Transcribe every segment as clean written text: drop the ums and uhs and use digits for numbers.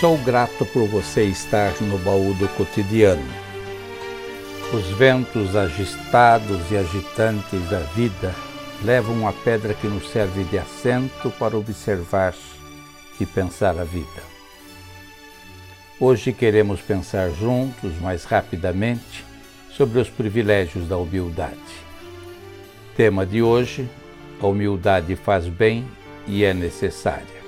Sou grato por você estar no baú do cotidiano. Os ventos agitados e agitantes da vida levam uma pedra que nos serve de assento para observar e pensar a vida. Hoje queremos pensar juntos, mais rapidamente, sobre os privilégios da humildade. Tema de hoje: a humildade faz bem e é necessária.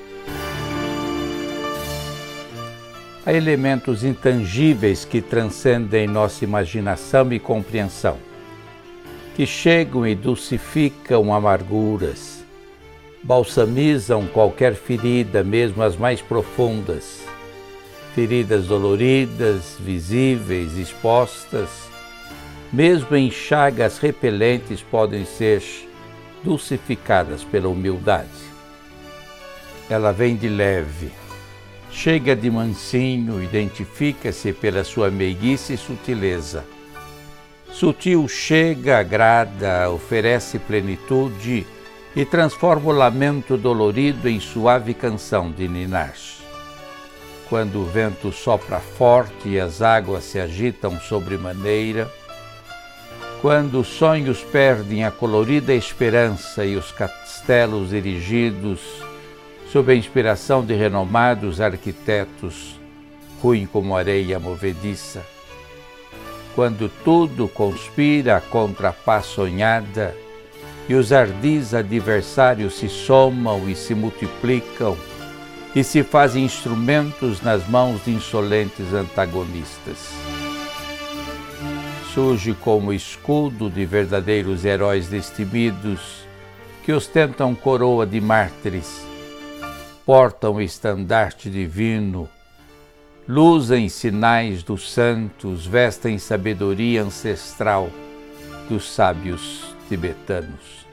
Há elementos intangíveis que transcendem nossa imaginação e compreensão, que chegam e dulcificam amarguras, balsamizam qualquer ferida, mesmo as mais profundas, feridas doloridas, visíveis, expostas, mesmo em chagas repelentes podem ser dulcificadas pela humildade. Ela vem de leve, chega de mansinho, identifica-se pela sua meiguice e sutileza. Sutil chega, agrada, oferece plenitude e transforma o lamento dolorido em suave canção de ninar. Quando o vento sopra forte e as águas se agitam sobremaneira, quando os sonhos perdem a colorida esperança e os castelos erigidos sob a inspiração de renomados arquitetos, ruem como areia movediça, quando tudo conspira contra a paz sonhada e os ardis adversários se somam e se multiplicam e se fazem instrumentos nas mãos de insolentes antagonistas. Surge como escudo de verdadeiros heróis destemidos que ostentam coroa de mártires, portam o estandarte divino, luzem sinais dos santos, vestem sabedoria ancestral dos sábios tibetanos.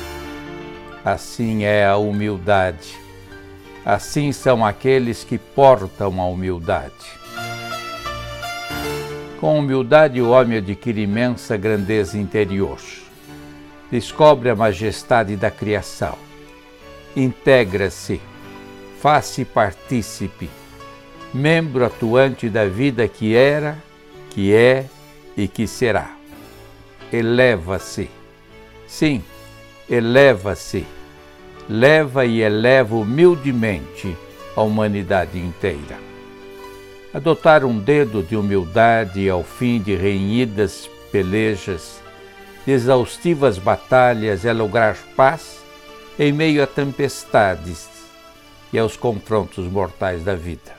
Assim é a humildade, assim são aqueles que portam a humildade. Com humildade o homem adquire imensa grandeza interior, descobre a majestade da criação, integra-se, faz-se partícipe, membro atuante da vida que era, que é e que será. Eleva-se. Sim, eleva-se. Leva e eleva humildemente a humanidade inteira. Adotar um dedo de humildade ao fim de renhidas pelejas, de exaustivas batalhas, é lograr paz em meio a tempestades e aos confrontos mortais da vida.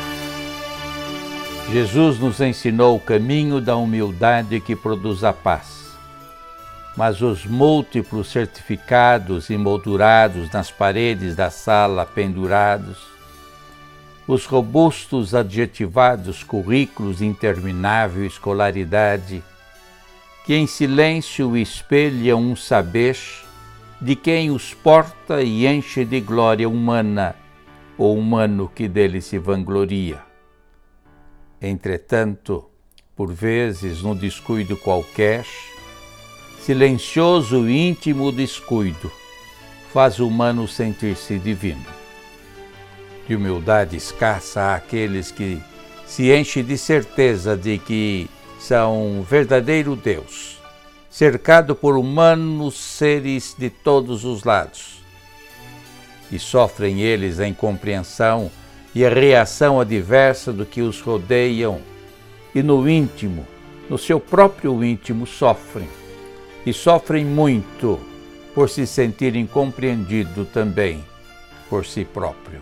Jesus nos ensinou o caminho da humildade que produz a paz, mas os múltiplos certificados emoldurados nas paredes da sala pendurados, os robustos adjetivados currículos de interminável escolaridade, que em silêncio espelham um saber de quem os porta e enche de glória humana, o humano que dele se vangloria. Entretanto, por vezes, num descuido qualquer, silencioso e íntimo descuido, faz o humano sentir-se divino. De humildade escassa há aqueles que se enchem de certeza de que são um verdadeiro Deus, cercado por humanos seres de todos os lados. E sofrem eles a incompreensão e a reação adversa do que os rodeiam, e no íntimo, no seu próprio íntimo, sofrem, e sofrem muito por se sentirem compreendidos também por si próprio.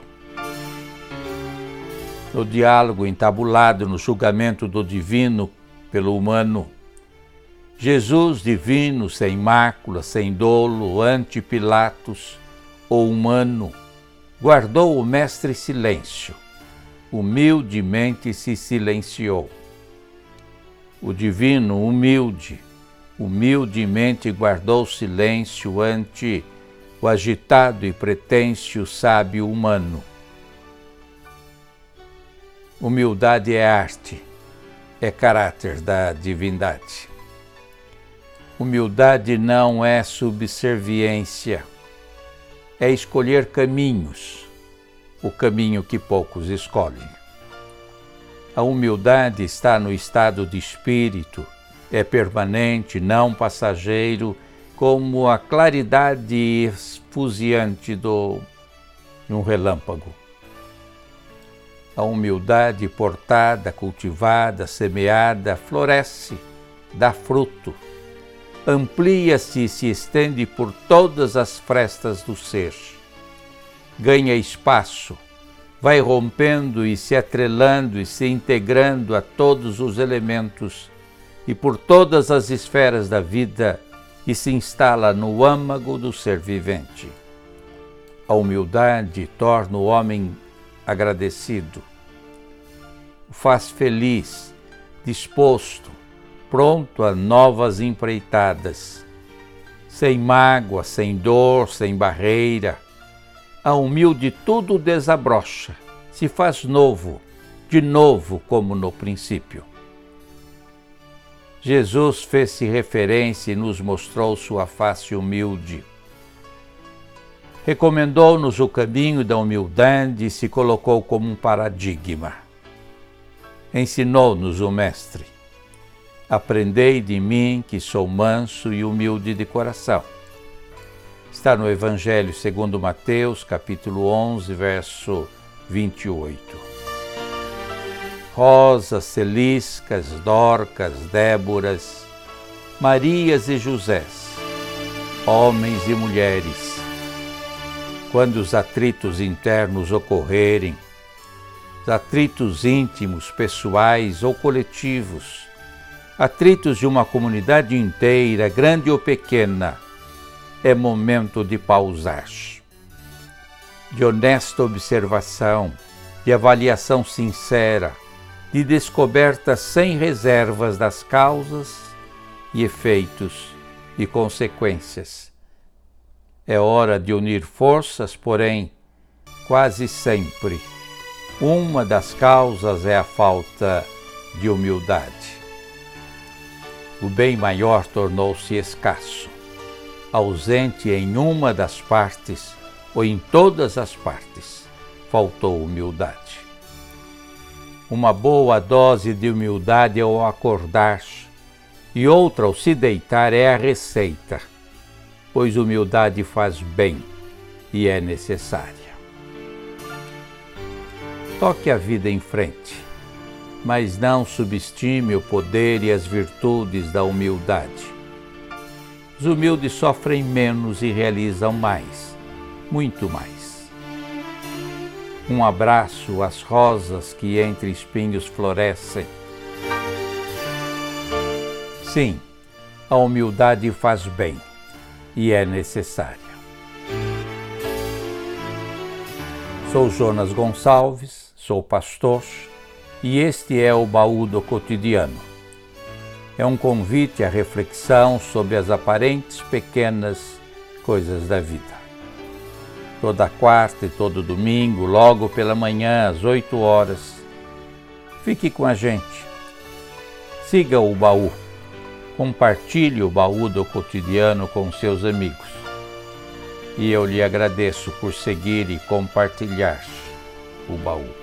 No diálogo entabulado no julgamento do divino pelo humano, Jesus, divino, sem mácula, sem dolo, ante Pilatos, o humano, guardou o mestre silêncio, humildemente se silenciou. O divino, humilde, humildemente guardou silêncio ante o agitado e pretêncio sábio humano. Humildade é arte, é caráter da divindade. Humildade não é subserviência, é escolher caminhos, o caminho que poucos escolhem. A humildade está no estado de espírito, é permanente, não passageiro, como a claridade esfuziante de um relâmpago. A humildade portada, cultivada, semeada, floresce, dá fruto, amplia-se e se estende por todas as frestas do ser. Ganha espaço, vai rompendo e se atrelando e se integrando a todos os elementos e por todas as esferas da vida e se instala no âmago do ser vivente. A humildade torna o homem agradecido, o faz feliz, disposto, pronto a novas empreitadas, sem mágoa, sem dor, sem barreira. A humilde tudo desabrocha, se faz novo, de novo como no princípio. Jesus fez-se referência e nos mostrou sua face humilde. Recomendou-nos o caminho da humildade e se colocou como um paradigma. Ensinou-nos o Mestre: aprendei de mim que sou manso e humilde de coração. Está no Evangelho segundo Mateus, capítulo 11, verso 28. Rosas, Celiscas, Dorcas, Déboras, Marias e Josés, homens e mulheres, quando os atritos internos ocorrerem, os atritos íntimos, pessoais ou coletivos, atritos de uma comunidade inteira, grande ou pequena, é momento de pausar, de honesta observação, de avaliação sincera, de descoberta sem reservas das causas e efeitos e consequências. É hora de unir forças, porém, quase sempre, uma das causas é a falta de humildade. O bem maior tornou-se escasso, ausente em uma das partes ou em todas as partes, faltou humildade. Uma boa dose de humildade ao acordar e outra ao se deitar é a receita, pois humildade faz bem e é necessária. Toque a vida em frente, mas não subestime o poder e as virtudes da humildade. Os humildes sofrem menos e realizam mais, muito mais. Um abraço às rosas que entre espinhos florescem. Sim, a humildade faz bem e é necessária. Sou Jonas Gonçalves, sou pastor e este é o Baú do Cotidiano. É um convite à reflexão sobre as aparentes pequenas coisas da vida. Toda quarta e todo domingo, logo pela manhã, às 8 horas. Fique com a gente. Siga o Baú. Compartilhe o Baú do Cotidiano com seus amigos. E eu lhe agradeço por seguir e compartilhar o Baú.